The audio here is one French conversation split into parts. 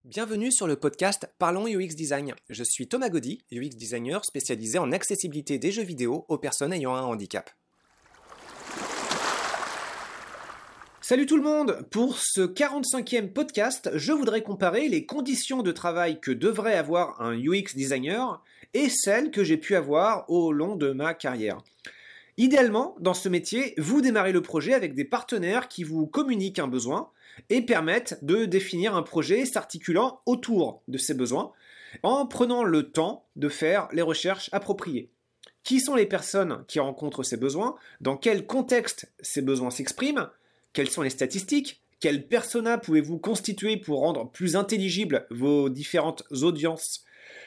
Bienvenue sur le podcast Parlons UX Design. Je suis Thomas Gaudy, UX designer spécialisé en accessibilité des jeux vidéo aux personnes ayant un handicap. Salut tout le monde! Pour ce 45e podcast, je voudrais comparer les conditions de travail que devrait avoir un UX designer et celles que j'ai pu avoir au long de ma carrière. Idéalement, dans ce métier, vous démarrez le projet avec des partenaires qui vous communiquent un besoin et permettent de définir un projet s'articulant autour de ces besoins en prenant le temps de faire les recherches appropriées. Qui sont les personnes qui rencontrent ces besoins? Dans quel contexte ces besoins s'expriment? Quelles sont les statistiques? Quels personas pouvez-vous constituer pour rendre plus intelligibles vos différentes audiences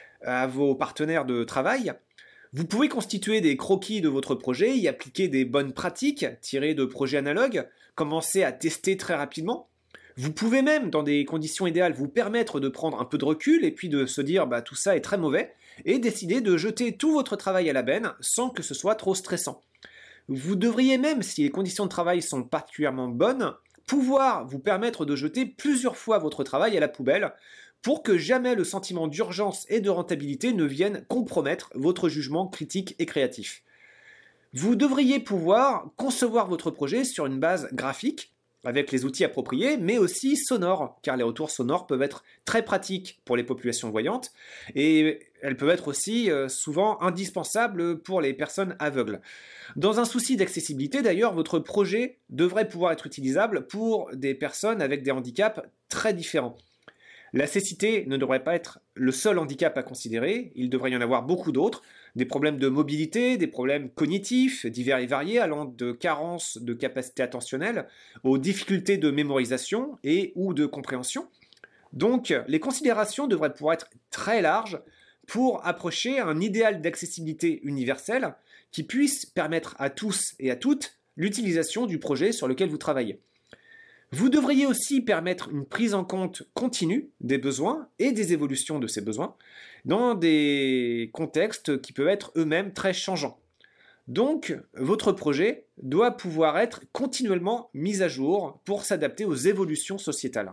à vos partenaires de travail? Vous pouvez constituer des croquis de votre projet, y appliquer des bonnes pratiques tirées de projets analogues, commencer à tester très rapidement. Vous pouvez même, dans des conditions idéales, vous permettre de prendre un peu de recul et puis de se dire tout ça est très mauvais et décider de jeter tout votre travail à la benne sans que ce soit trop stressant. Vous devriez même, si les conditions de travail sont particulièrement bonnes, pouvoir vous permettre de jeter plusieurs fois votre travail à la poubelle pour que jamais le sentiment d'urgence et de rentabilité ne vienne compromettre votre jugement critique et créatif. Vous devriez pouvoir concevoir votre projet sur une base graphique, avec les outils appropriés, mais aussi sonore, car les retours sonores peuvent être très pratiques pour les populations voyantes, et elles peuvent être aussi souvent indispensables pour les personnes aveugles. Dans un souci d'accessibilité, d'ailleurs, votre projet devrait pouvoir être utilisable pour des personnes avec des handicaps très différents. La cécité ne devrait pas être le seul handicap à considérer, il devrait y en avoir beaucoup d'autres, des problèmes de mobilité, des problèmes cognitifs divers et variés allant de carences de capacité attentionnelle aux difficultés de mémorisation et ou de compréhension. Donc les considérations devraient pouvoir être très larges pour approcher un idéal d'accessibilité universelle qui puisse permettre à tous et à toutes l'utilisation du projet sur lequel vous travaillez. Vous devriez aussi permettre une prise en compte continue des besoins et des évolutions de ces besoins dans des contextes qui peuvent être eux-mêmes très changeants. Donc, votre projet doit pouvoir être continuellement mis à jour pour s'adapter aux évolutions sociétales.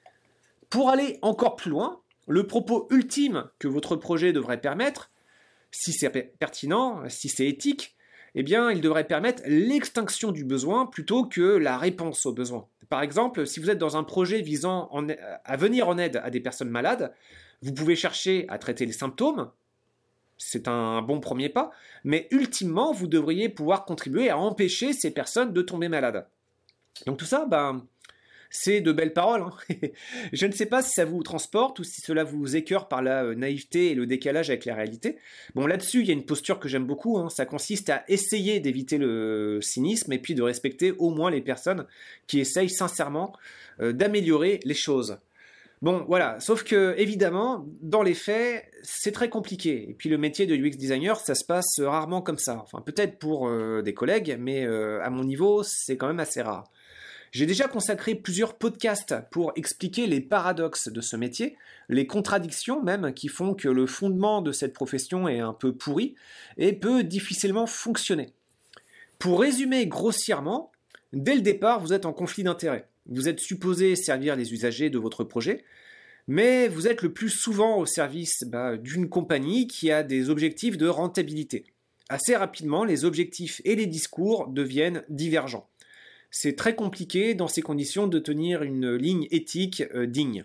Pour aller encore plus loin, le propos ultime que votre projet devrait permettre, si c'est pertinent, si c'est éthique, il devrait permettre l'extinction du besoin plutôt que la réponse au besoin. Par exemple, si vous êtes dans un projet visant à venir en aide à des personnes malades, vous pouvez chercher à traiter les symptômes, c'est un bon premier pas, mais ultimement, vous devriez pouvoir contribuer à empêcher ces personnes de tomber malades. Donc tout ça, c'est de belles paroles. Je ne sais pas si ça vous transporte ou si cela vous écœure par la naïveté et le décalage avec la réalité. Bon, là-dessus, il y a une posture que j'aime beaucoup. Ça consiste à essayer d'éviter le cynisme et puis de respecter au moins les personnes qui essayent sincèrement d'améliorer les choses. Bon, voilà. Sauf que, évidemment, dans les faits, c'est très compliqué. Et puis le métier de UX designer, ça se passe rarement comme ça. Enfin, peut-être pour des collègues, mais à mon niveau, c'est quand même assez rare. J'ai déjà consacré plusieurs podcasts pour expliquer les paradoxes de ce métier, les contradictions même qui font que le fondement de cette profession est un peu pourri et peut difficilement fonctionner. Pour résumer grossièrement, dès le départ, vous êtes en conflit d'intérêts. Vous êtes supposé servir les usagers de votre projet, mais vous êtes le plus souvent au service d'une compagnie qui a des objectifs de rentabilité. Assez rapidement, les objectifs et les discours deviennent divergents. C'est très compliqué dans ces conditions de tenir une ligne éthique digne.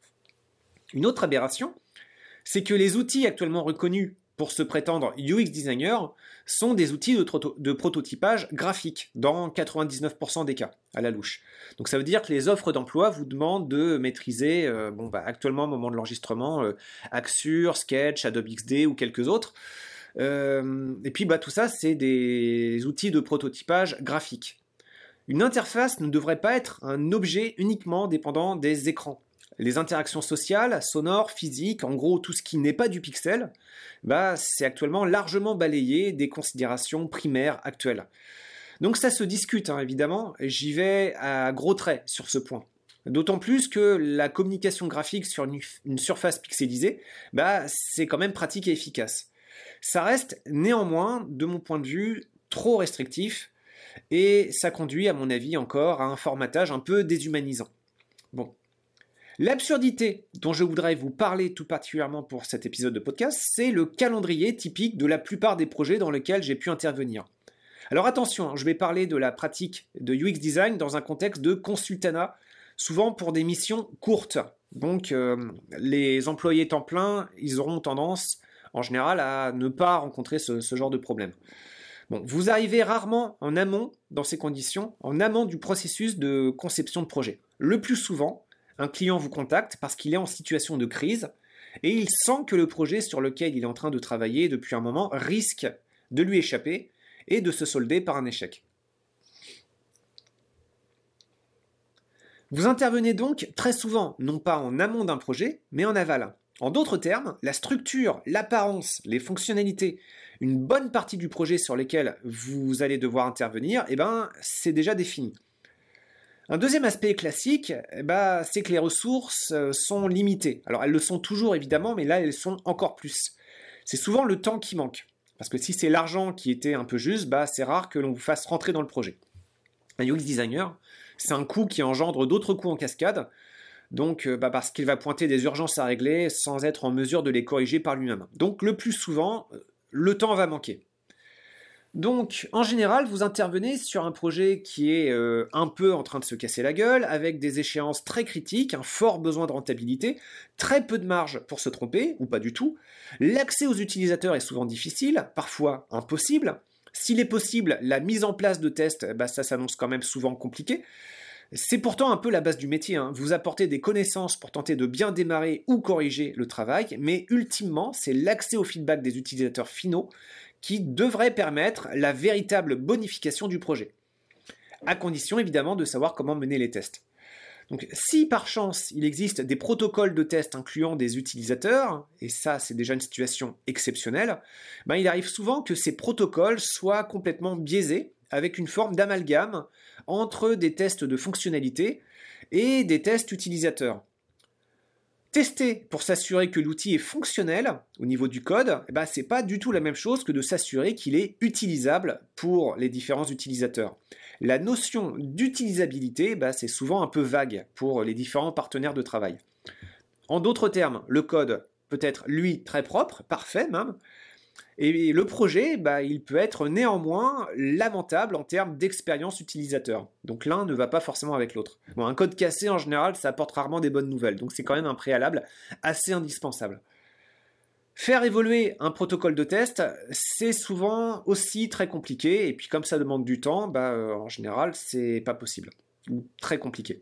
Une autre aberration, c'est que les outils actuellement reconnus pour se prétendre UX designer sont des outils de prototypage graphique dans 99% des cas, à la louche. Donc ça veut dire que les offres d'emploi vous demandent de maîtriser, actuellement au moment de l'enregistrement, Axure, Sketch, Adobe XD ou quelques autres. Et puis tout ça, c'est des outils de prototypage graphique. Une interface ne devrait pas être un objet uniquement dépendant des écrans. Les interactions sociales, sonores, physiques, en gros tout ce qui n'est pas du pixel, c'est actuellement largement balayé des considérations primaires actuelles. Donc ça se discute évidemment, j'y vais à gros traits sur ce point. D'autant plus que la communication graphique sur une surface pixelisée, c'est quand même pratique et efficace. Ça reste néanmoins, de mon point de vue, trop restrictif, et ça conduit, à mon avis, encore à un formatage un peu déshumanisant. Bon. L'absurdité dont je voudrais vous parler tout particulièrement pour cet épisode de podcast, c'est le calendrier typique de la plupart des projets dans lesquels j'ai pu intervenir. Alors attention, je vais parler de la pratique de UX design dans un contexte de consultanat, souvent pour des missions courtes. Donc les employés temps plein, ils auront tendance en général à ne pas rencontrer ce genre de problème. Bon, vous arrivez rarement en amont dans ces conditions, en amont du processus de conception de projet. Le plus souvent, un client vous contacte parce qu'il est en situation de crise et il sent que le projet sur lequel il est en train de travailler depuis un moment risque de lui échapper et de se solder par un échec. Vous intervenez donc très souvent, non pas en amont d'un projet, mais en aval. En d'autres termes, la structure, l'apparence, les fonctionnalités, une bonne partie du projet sur lesquels vous allez devoir intervenir, c'est déjà défini. Un deuxième aspect classique, c'est que les ressources sont limitées. Alors elles le sont toujours évidemment, mais là elles sont encore plus. C'est souvent le temps qui manque. Parce que si c'est l'argent qui était un peu juste, c'est rare que l'on vous fasse rentrer dans le projet. Un UX designer, c'est un coût qui engendre d'autres coûts en cascade, donc parce qu'il va pointer des urgences à régler sans être en mesure de les corriger par lui-même. Donc le plus souvent, le temps va manquer. Donc en général, vous intervenez sur un projet qui est un peu en train de se casser la gueule, avec des échéances très critiques, un fort besoin de rentabilité, très peu de marge pour se tromper, ou pas du tout. L'accès aux utilisateurs est souvent difficile, parfois impossible. S'il est possible, la mise en place de tests, ça s'annonce quand même souvent compliqué. C'est pourtant un peu la base du métier, hein. Vous apportez des connaissances pour tenter de bien démarrer ou corriger le travail, mais ultimement, c'est l'accès au feedback des utilisateurs finaux qui devrait permettre la véritable bonification du projet. À condition évidemment de savoir comment mener les tests. Donc si par chance il existe des protocoles de test incluant des utilisateurs, et ça c'est déjà une situation exceptionnelle, il arrive souvent que ces protocoles soient complètement biaisés avec une forme d'amalgame entre des tests de fonctionnalité et des tests utilisateurs. Tester pour s'assurer que l'outil est fonctionnel au niveau du code, c'est pas du tout la même chose que de s'assurer qu'il est utilisable pour les différents utilisateurs. La notion d'utilisabilité, c'est souvent un peu vague pour les différents partenaires de travail. En d'autres termes, le code peut être, lui, très propre, parfait même, et le projet, il peut être néanmoins lamentable en termes d'expérience utilisateur. Donc l'un ne va pas forcément avec l'autre. Bon, un code cassé, en général, ça apporte rarement des bonnes nouvelles. Donc c'est quand même un préalable assez indispensable. Faire évoluer un protocole de test, c'est souvent aussi très compliqué. Et puis comme ça demande du temps, en général, c'est pas possible. Ou très compliqué.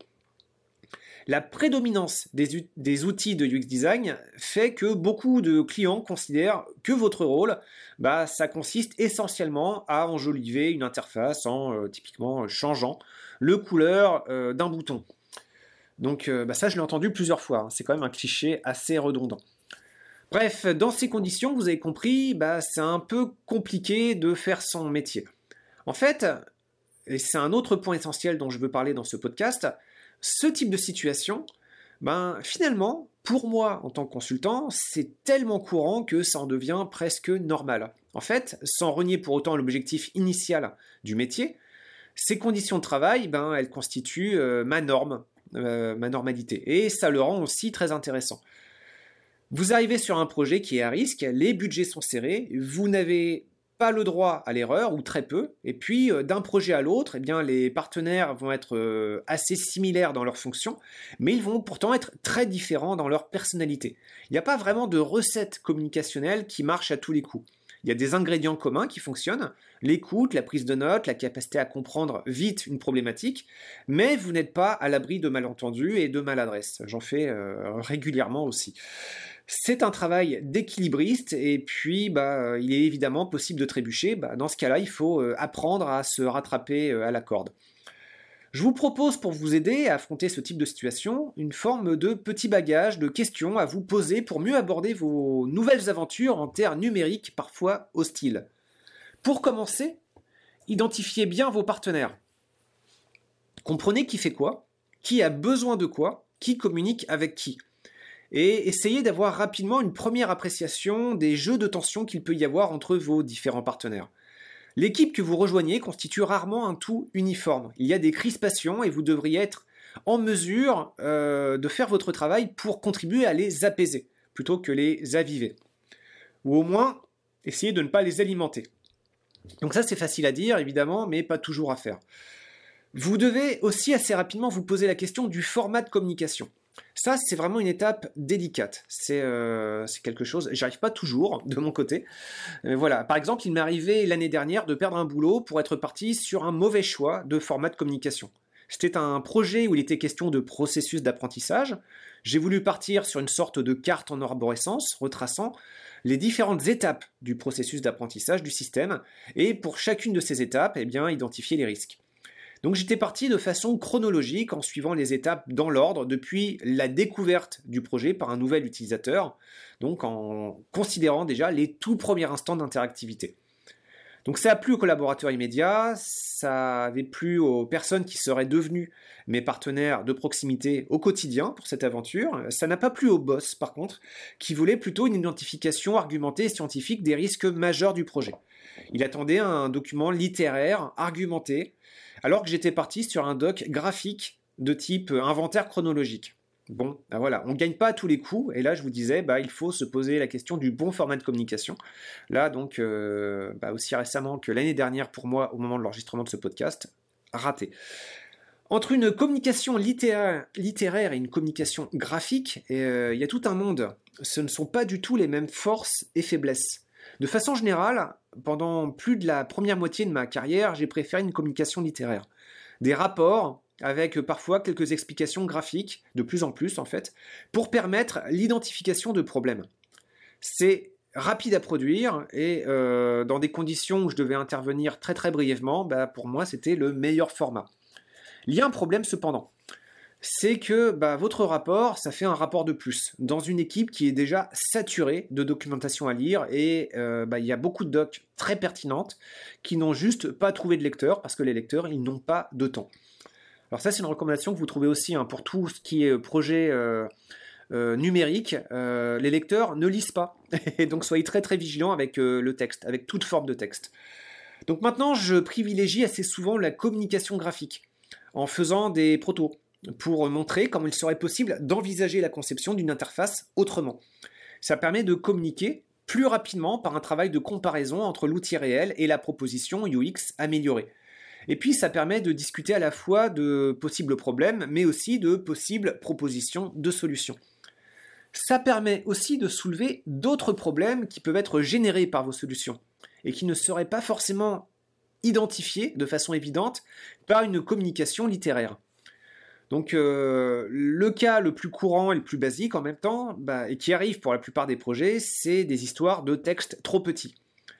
La prédominance des outils de UX design fait que beaucoup de clients considèrent que votre rôle, ça consiste essentiellement à enjoliver une interface en typiquement changeant le couleur d'un bouton. Donc ça, je l'ai entendu plusieurs fois. Hein. C'est quand même un cliché assez redondant. Bref, dans ces conditions, vous avez compris, c'est un peu compliqué de faire son métier. En fait, et c'est un autre point essentiel dont je veux parler dans ce podcast, ce type de situation, finalement, pour moi, en tant que consultant, c'est tellement courant que ça en devient presque normal. En fait, sans renier pour autant l'objectif initial du métier, ces conditions de travail, elles constituent ma norme, ma normalité. Et ça le rend aussi très intéressant. Vous arrivez sur un projet qui est à risque, les budgets sont serrés, vous n'avez pas le droit à l'erreur, ou très peu, et puis d'un projet à l'autre, les partenaires vont être assez similaires dans leurs fonctions, mais ils vont pourtant être très différents dans leur personnalité. Il n'y a pas vraiment de recette communicationnelle qui marche à tous les coups. Il y a des ingrédients communs qui fonctionnent, l'écoute, la prise de notes, la capacité à comprendre vite une problématique, mais vous n'êtes pas à l'abri de malentendus et de maladresses. J'en fais régulièrement aussi. C'est un travail d'équilibriste et puis il est évidemment possible de trébucher. Dans ce cas-là, il faut apprendre à se rattraper à la corde. Je vous propose pour vous aider à affronter ce type de situation une forme de petit bagage de questions à vous poser pour mieux aborder vos nouvelles aventures en terres numériques parfois hostiles. Pour commencer, identifiez bien vos partenaires. Comprenez qui fait quoi, qui a besoin de quoi, qui communique avec qui. Et essayez d'avoir rapidement une première appréciation des jeux de tension qu'il peut y avoir entre vos différents partenaires. L'équipe que vous rejoignez constitue rarement un tout uniforme. Il y a des crispations et vous devriez être en mesure de faire votre travail pour contribuer à les apaiser, plutôt que les aviver. Ou au moins, essayer de ne pas les alimenter. Donc ça, c'est facile à dire, évidemment, mais pas toujours à faire. Vous devez aussi assez rapidement vous poser la question du format de communication. Ça, c'est vraiment une étape délicate. C'est quelque chose, j'y arrive pas toujours de mon côté. Voilà. Par exemple, il m'est arrivé l'année dernière de perdre un boulot pour être parti sur un mauvais choix de format de communication. C'était un projet où il était question de processus d'apprentissage. J'ai voulu partir sur une sorte de carte en arborescence, retraçant les différentes étapes du processus d'apprentissage du système, et pour chacune de ces étapes, eh bien, identifier les risques. Donc j'étais parti de façon chronologique en suivant les étapes dans l'ordre depuis la découverte du projet par un nouvel utilisateur, donc en considérant déjà les tout premiers instants d'interactivité. Donc ça a plu aux collaborateurs immédiats, ça avait plu aux personnes qui seraient devenues mes partenaires de proximité au quotidien pour cette aventure. Ça n'a pas plu au boss par contre, qui voulait plutôt une identification argumentée et scientifique des risques majeurs du projet. Il attendait un document littéraire, argumenté, alors que j'étais parti sur un doc graphique de type inventaire chronologique. Bon, ben voilà, on ne gagne pas à tous les coups, et là je vous disais, il faut se poser la question du bon format de communication. Là donc, aussi récemment que l'année dernière pour moi, au moment de l'enregistrement de ce podcast, raté. Entre une communication littéraire et une communication graphique, il y a tout un monde. Ce ne sont pas du tout les mêmes forces et faiblesses. De façon générale, pendant plus de la première moitié de ma carrière, j'ai préféré une communication littéraire. Des rapports, avec parfois quelques explications graphiques, de plus en plus en fait, pour permettre l'identification de problèmes. C'est rapide à produire et dans des conditions où je devais intervenir très très brièvement, pour moi c'était le meilleur format. Il y a un problème cependant, c'est que votre rapport, ça fait un rapport de plus, dans une équipe qui est déjà saturée de documentation à lire et il y a beaucoup de docs très pertinentes qui n'ont juste pas trouvé de lecteurs parce que les lecteurs, ils n'ont pas de temps. Alors ça, c'est une recommandation que vous trouvez aussi pour tout ce qui est projet numérique. Les lecteurs ne lisent pas. Et donc, soyez très très vigilants avec le texte, avec toute forme de texte. Donc maintenant, je privilégie assez souvent la communication graphique en faisant des protos pour montrer comment il serait possible d'envisager la conception d'une interface autrement. Ça permet de communiquer plus rapidement par un travail de comparaison entre l'outil réel et la proposition UX améliorée. Et puis, ça permet de discuter à la fois de possibles problèmes, mais aussi de possibles propositions de solutions. Ça permet aussi de soulever d'autres problèmes qui peuvent être générés par vos solutions et qui ne seraient pas forcément identifiés de façon évidente par une communication littéraire. Donc, le cas le plus courant et le plus basique en même temps, et qui arrive pour la plupart des projets, c'est des histoires de textes trop petits.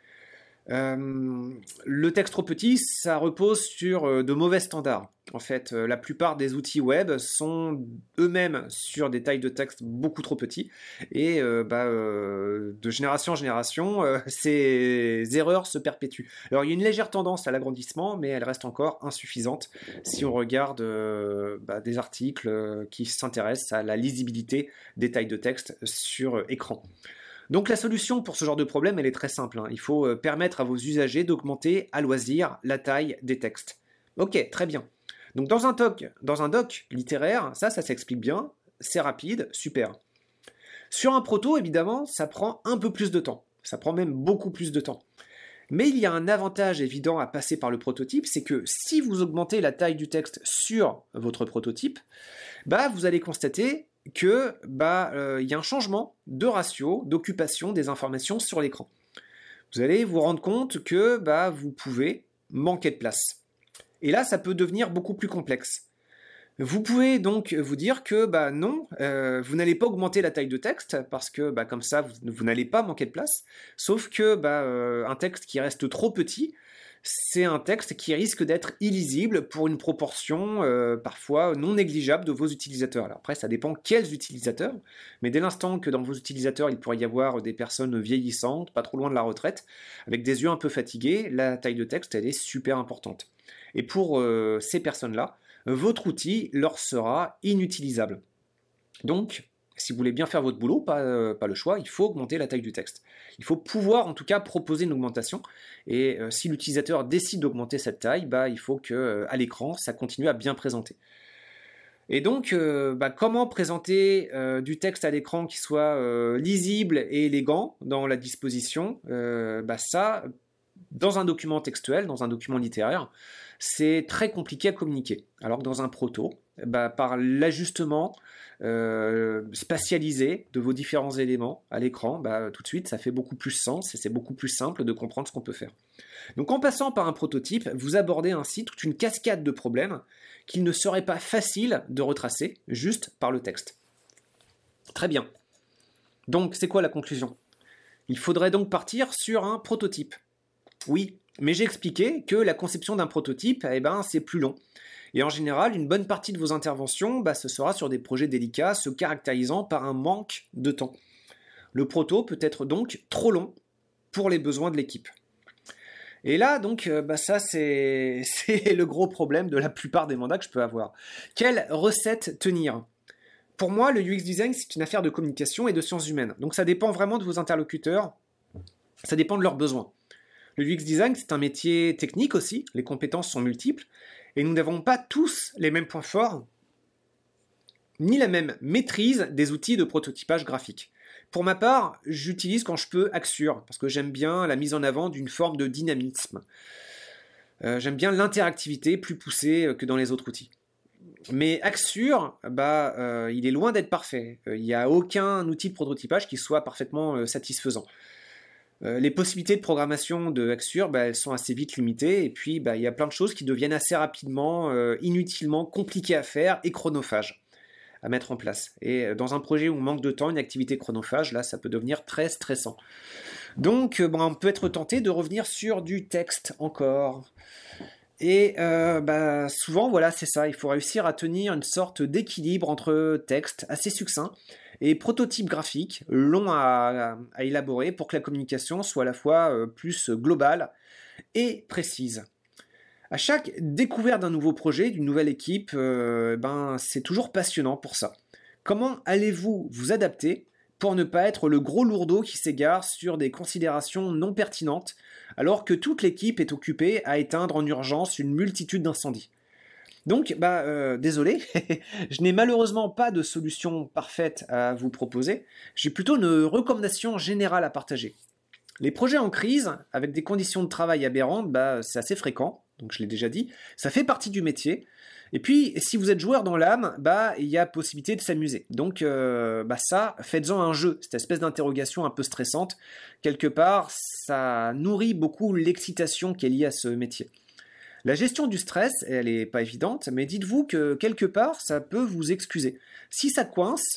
Le texte trop petit, ça repose sur de mauvais standards. En fait, la plupart des outils web sont eux-mêmes sur des tailles de texte beaucoup trop petits et de génération en génération, ces erreurs se perpétuent. Alors, il y a une légère tendance à l'agrandissement, mais elle reste encore insuffisante si on regarde des articles qui s'intéressent à la lisibilité des tailles de texte sur écran. Donc la solution pour ce genre de problème, elle est très simple. Il faut permettre à vos usagers d'augmenter à loisir la taille des textes. Ok, très bien. Donc dans un doc littéraire, ça s'explique bien, c'est rapide, super. Sur un proto, évidemment, ça prend un peu plus de temps. Ça prend même beaucoup plus de temps. Mais il y a un avantage évident à passer par le prototype, c'est que si vous augmentez la taille du texte sur votre prototype, vous allez constater que y a un changement de ratio d'occupation des informations sur l'écran. Vous allez vous rendre compte que vous pouvez manquer de place. Et là, ça peut devenir beaucoup plus complexe. Vous pouvez donc vous dire que non, vous n'allez pas augmenter la taille de texte parce que comme ça, vous n'allez pas manquer de place. Sauf que un texte qui reste trop petit, c'est un texte qui risque d'être illisible pour une proportion parfois non négligeable de vos utilisateurs. Alors après, ça dépend quels utilisateurs, mais dès l'instant que dans vos utilisateurs, il pourrait y avoir des personnes vieillissantes, pas trop loin de la retraite, avec des yeux un peu fatigués, la taille de texte, elle est super importante. Et pour ces personnes-là, votre outil leur sera inutilisable. Donc, si vous voulez bien faire votre boulot, pas le choix, il faut augmenter la taille du texte. Il faut pouvoir en tout cas proposer une augmentation. Et si l'utilisateur décide d'augmenter cette taille, il faut qu'à l'écran, ça continue à bien présenter. Et donc, comment présenter du texte à l'écran qui soit lisible et élégant dans la disposition, ça, dans un document textuel, dans un document littéraire, c'est très compliqué à communiquer. Alors que dans un proto, par l'ajustement spatialisé de vos différents éléments à l'écran, tout de suite, ça fait beaucoup plus sens et c'est beaucoup plus simple de comprendre ce qu'on peut faire. Donc en passant par un prototype, vous abordez ainsi toute une cascade de problèmes qu'il ne serait pas facile de retracer juste par le texte. Très bien. Donc c'est quoi la conclusion ? Il faudrait donc partir sur un prototype. Oui, mais j'ai expliqué que la conception d'un prototype, c'est plus long. Et en général, une bonne partie de vos interventions, ce sera sur des projets délicats se caractérisant par un manque de temps. Le proto peut être donc trop long pour les besoins de l'équipe. Et là, donc, ça, c'est le gros problème de la plupart des mandats que je peux avoir. Quelle recette tenir ? Pour moi, le UX design, c'est une affaire de communication et de sciences humaines. Donc ça dépend vraiment de vos interlocuteurs, ça dépend de leurs besoins. Le UX design, c'est un métier technique aussi, les compétences sont multiples, et nous n'avons pas tous les mêmes points forts, ni la même maîtrise des outils de prototypage graphique. Pour ma part, j'utilise quand je peux Axure, parce que j'aime bien la mise en avant d'une forme de dynamisme. J'aime bien l'interactivité plus poussée que dans les autres outils. Mais Axure, il est loin d'être parfait. Il n'y a aucun outil de prototypage qui soit parfaitement satisfaisant. Les possibilités de programmation de Axure, elles sont assez vite limitées, et puis il y a plein de choses qui deviennent assez rapidement, inutilement compliquées à faire et chronophages à mettre en place. Et dans un projet où on manque de temps, une activité chronophage, là, ça peut devenir très stressant. Donc, on peut être tenté de revenir sur du texte encore. Et souvent, voilà, c'est ça. Il faut réussir à tenir une sorte d'équilibre entre texte assez succinct et prototype graphique long à élaborer pour que la communication soit à la fois plus globale et précise. À chaque découverte d'un nouveau projet, d'une nouvelle équipe, c'est toujours passionnant pour ça. Comment allez-vous vous adapter pour ne pas être le gros lourdeau qui s'égare sur des considérations non pertinentes alors que toute l'équipe est occupée à éteindre en urgence une multitude d'incendies ? Donc, désolé, je n'ai malheureusement pas de solution parfaite à vous proposer. J'ai plutôt une recommandation générale à partager. Les projets en crise, avec des conditions de travail aberrantes, c'est assez fréquent, donc je l'ai déjà dit, ça fait partie du métier. Et puis, si vous êtes joueur dans l'âme, il y a possibilité de s'amuser. Donc, faites-en un jeu, cette espèce d'interrogation un peu stressante. Quelque part, ça nourrit beaucoup l'excitation qui est liée à ce métier. La gestion du stress, elle n'est pas évidente, mais dites-vous que quelque part, ça peut vous excuser. Si ça coince,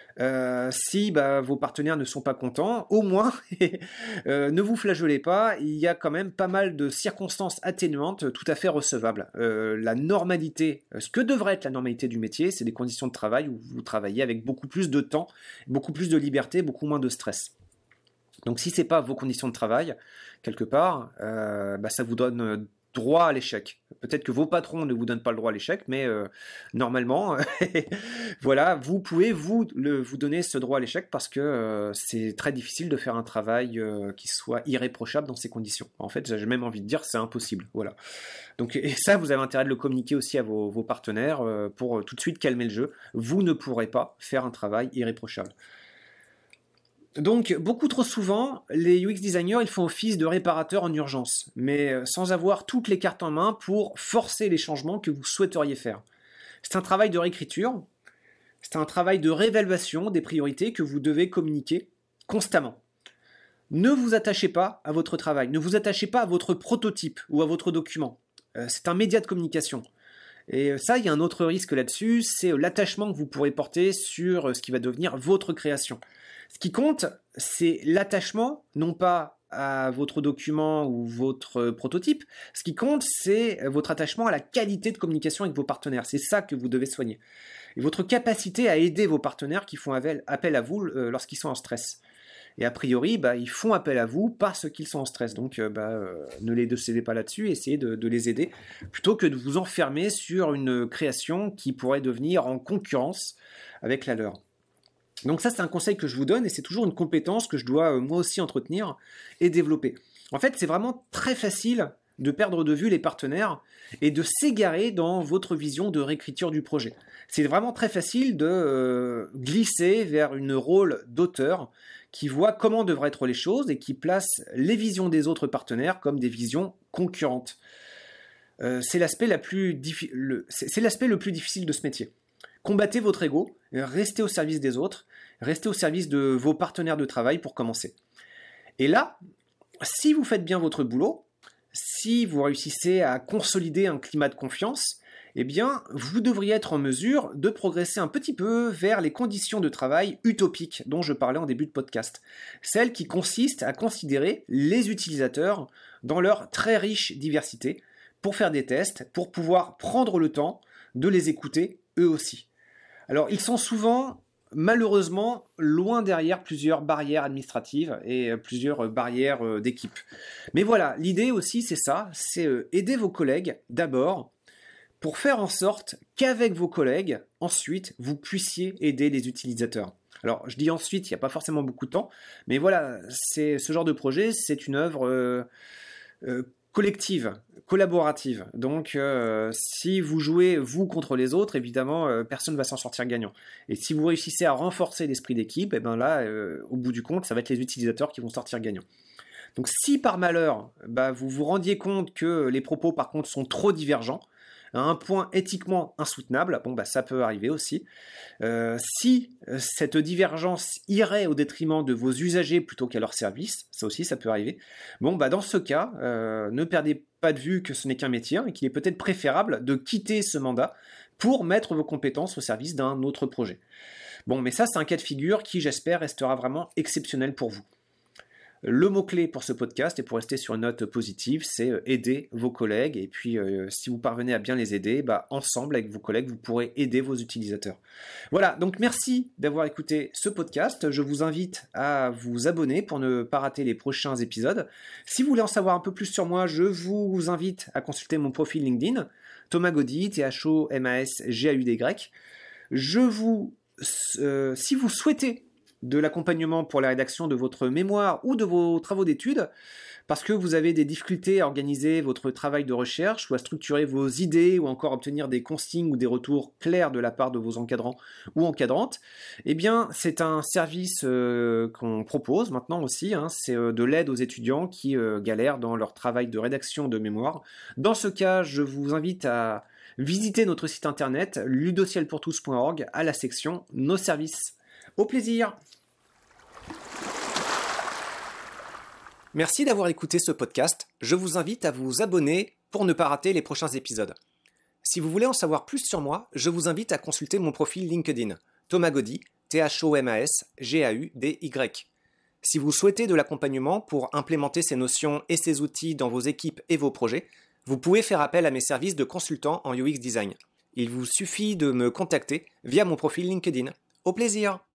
si vos partenaires ne sont pas contents, au moins, ne vous flageolez pas, il y a quand même pas mal de circonstances atténuantes tout à fait recevables. La normalité, ce que devrait être la normalité du métier, c'est des conditions de travail où vous travaillez avec beaucoup plus de temps, beaucoup plus de liberté, beaucoup moins de stress. Donc si ce n'est pas vos conditions de travail, quelque part, ça vous donne droit à l'échec. Peut-être que vos patrons ne vous donnent pas le droit à l'échec, mais normalement, voilà, vous pouvez vous donner ce droit à l'échec parce que c'est très difficile de faire un travail qui soit irréprochable dans ces conditions. En fait, j'ai même envie de dire c'est impossible. Voilà. Donc, et ça, vous avez intérêt de le communiquer aussi à vos partenaires pour tout de suite calmer le jeu. Vous ne pourrez pas faire un travail irréprochable. Donc, beaucoup trop souvent, les UX designers, ils font office de réparateurs en urgence, mais sans avoir toutes les cartes en main pour forcer les changements que vous souhaiteriez faire. C'est un travail de réécriture, c'est un travail de réévaluation des priorités que vous devez communiquer constamment. Ne vous attachez pas à votre travail, ne vous attachez pas à votre prototype ou à votre document. C'est un média de communication. Et ça, il y a un autre risque là-dessus, c'est l'attachement que vous pourrez porter sur ce qui va devenir votre création. Ce qui compte, c'est l'attachement, non pas à votre document ou votre prototype. Ce qui compte, c'est votre attachement à la qualité de communication avec vos partenaires. C'est ça que vous devez soigner. Et votre capacité à aider vos partenaires qui font appel à vous lorsqu'ils sont en stress. Et a priori, ils font appel à vous parce qu'ils sont en stress. Donc, ne les décédez pas là-dessus, essayez de les aider, plutôt que de vous enfermer sur une création qui pourrait devenir en concurrence avec la leur. Donc ça, c'est un conseil que je vous donne et c'est toujours une compétence que je dois moi aussi entretenir et développer. En fait, c'est vraiment très facile de perdre de vue les partenaires et de s'égarer dans votre vision de réécriture du projet. C'est vraiment très facile de glisser vers une rôle d'auteur qui voit comment devraient être les choses et qui place les visions des autres partenaires comme des visions concurrentes. C'est l'aspect le plus difficile de ce métier. Combattez votre ego, restez au service des autres, restez au service de vos partenaires de travail pour commencer. Et là, si vous faites bien votre boulot, si vous réussissez à consolider un climat de confiance, eh bien, vous devriez être en mesure de progresser un petit peu vers les conditions de travail utopiques dont je parlais en début de podcast. Celles qui consistent à considérer les utilisateurs dans leur très riche diversité pour faire des tests, pour pouvoir prendre le temps de les écouter eux aussi. Alors, ils sont souvent, malheureusement, loin derrière plusieurs barrières administratives et plusieurs barrières d'équipe. Mais voilà, l'idée aussi, c'est ça, c'est aider vos collègues d'abord pour faire en sorte qu'avec vos collègues, ensuite, vous puissiez aider les utilisateurs. Alors, je dis ensuite, il n'y a pas forcément beaucoup de temps, mais voilà, ce genre de projet, c'est une œuvre collective, collaborative. Donc, si vous jouez, vous, contre les autres, évidemment, personne ne va s'en sortir gagnant. Et si vous réussissez à renforcer l'esprit d'équipe, et bien là, au bout du compte, ça va être les utilisateurs qui vont sortir gagnants. Donc, si par malheur, vous vous rendiez compte que les propos, par contre, sont trop divergents, à un point éthiquement insoutenable, ça peut arriver aussi. Si cette divergence irait au détriment de vos usagers plutôt qu'à leur service, ça aussi ça peut arriver, dans ce cas, ne perdez pas de vue que ce n'est qu'un métier et qu'il est peut-être préférable de quitter ce mandat pour mettre vos compétences au service d'un autre projet. Mais ça c'est un cas de figure qui j'espère restera vraiment exceptionnel pour vous. Le mot-clé pour ce podcast, et pour rester sur une note positive, c'est aider vos collègues. Et puis, si vous parvenez à bien les aider, ensemble, avec vos collègues, vous pourrez aider vos utilisateurs. Voilà, donc merci d'avoir écouté ce podcast. Je vous invite à vous abonner pour ne pas rater les prochains épisodes. Si vous voulez en savoir un peu plus sur moi, je vous invite à consulter mon profil LinkedIn, Thomas Gaudy, ThomasGaudy. Si vous souhaitez de l'accompagnement pour la rédaction de votre mémoire ou de vos travaux d'études, parce que vous avez des difficultés à organiser votre travail de recherche ou à structurer vos idées ou encore obtenir des consignes ou des retours clairs de la part de vos encadrants ou encadrantes, eh bien c'est un service qu'on propose maintenant aussi, c'est de l'aide aux étudiants qui galèrent dans leur travail de rédaction de mémoire. Dans ce cas, je vous invite à visiter notre site internet ludocielpourtous.org à la section Nos services. Au plaisir! Merci d'avoir écouté ce podcast. Je vous invite à vous abonner pour ne pas rater les prochains épisodes. Si vous voulez en savoir plus sur moi, je vous invite à consulter mon profil LinkedIn, Thomas Gaudy, ThomasGaudy. Si vous souhaitez de l'accompagnement pour implémenter ces notions et ces outils dans vos équipes et vos projets, vous pouvez faire appel à mes services de consultant en UX Design. Il vous suffit de me contacter via mon profil LinkedIn. Au plaisir!